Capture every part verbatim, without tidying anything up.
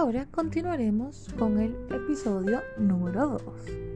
Ahora continuaremos con el episodio número dos.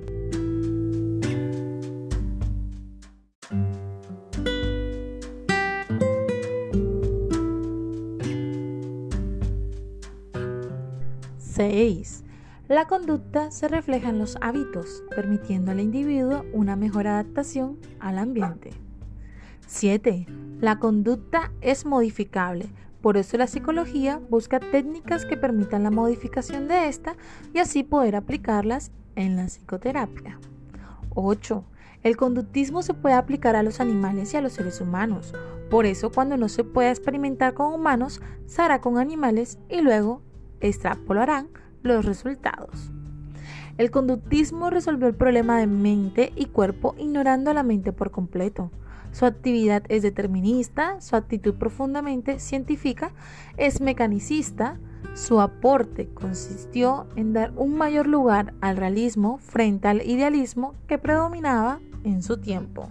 seis. La conducta se refleja en los hábitos, permitiendo al individuo una mejor adaptación al ambiente. siete. La conducta es modificable, por eso la psicología busca técnicas que permitan la modificación de esta y así poder aplicarlas en la psicoterapia. ocho. El conductismo se puede aplicar a los animales y a los seres humanos, por eso cuando no se pueda experimentar con humanos, se hará con animales y luego extrapolarán los resultados. El conductismo resolvió el problema de mente y cuerpo ignorando a la mente por completo. Su actividad es determinista, su actitud profundamente científica es mecanicista, su aporte consistió en dar un mayor lugar al realismo frente al idealismo que predominaba en su tiempo.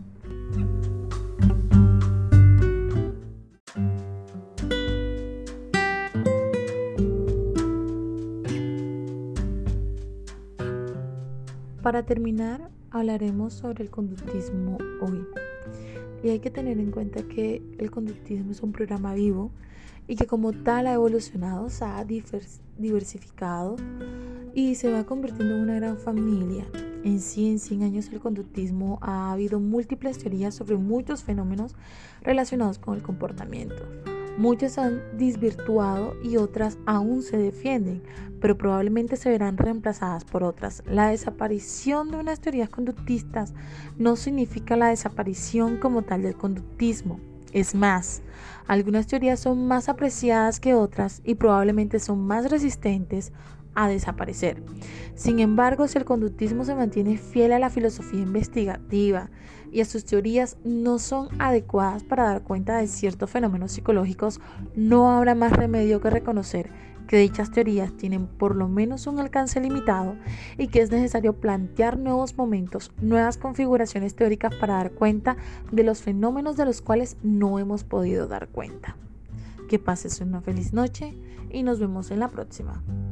Para terminar, hablaremos sobre el conductismo hoy. Y hay que tener en cuenta que el conductismo es un programa vivo y que como tal ha evolucionado, se ha diversificado y se va convirtiendo en una gran familia. En sí, en cien años el conductismo ha habido múltiples teorías sobre muchos fenómenos relacionados con el comportamiento. Muchas han desvirtuado y otras aún se defienden, pero probablemente se verán reemplazadas por otras. La desaparición de unas teorías conductistas no significa la desaparición como tal del conductismo. Es más, algunas teorías son más apreciadas que otras y probablemente son más resistentes a desaparecer. Sin embargo, si el conductismo se mantiene fiel a la filosofía investigativa y a sus teorías no son adecuadas para dar cuenta de ciertos fenómenos psicológicos, no habrá más remedio que reconocer que dichas teorías tienen por lo menos un alcance limitado y que es necesario plantear nuevos momentos, nuevas configuraciones teóricas para dar cuenta de los fenómenos de los cuales no hemos podido dar cuenta. Que pases una feliz noche y nos vemos en la próxima.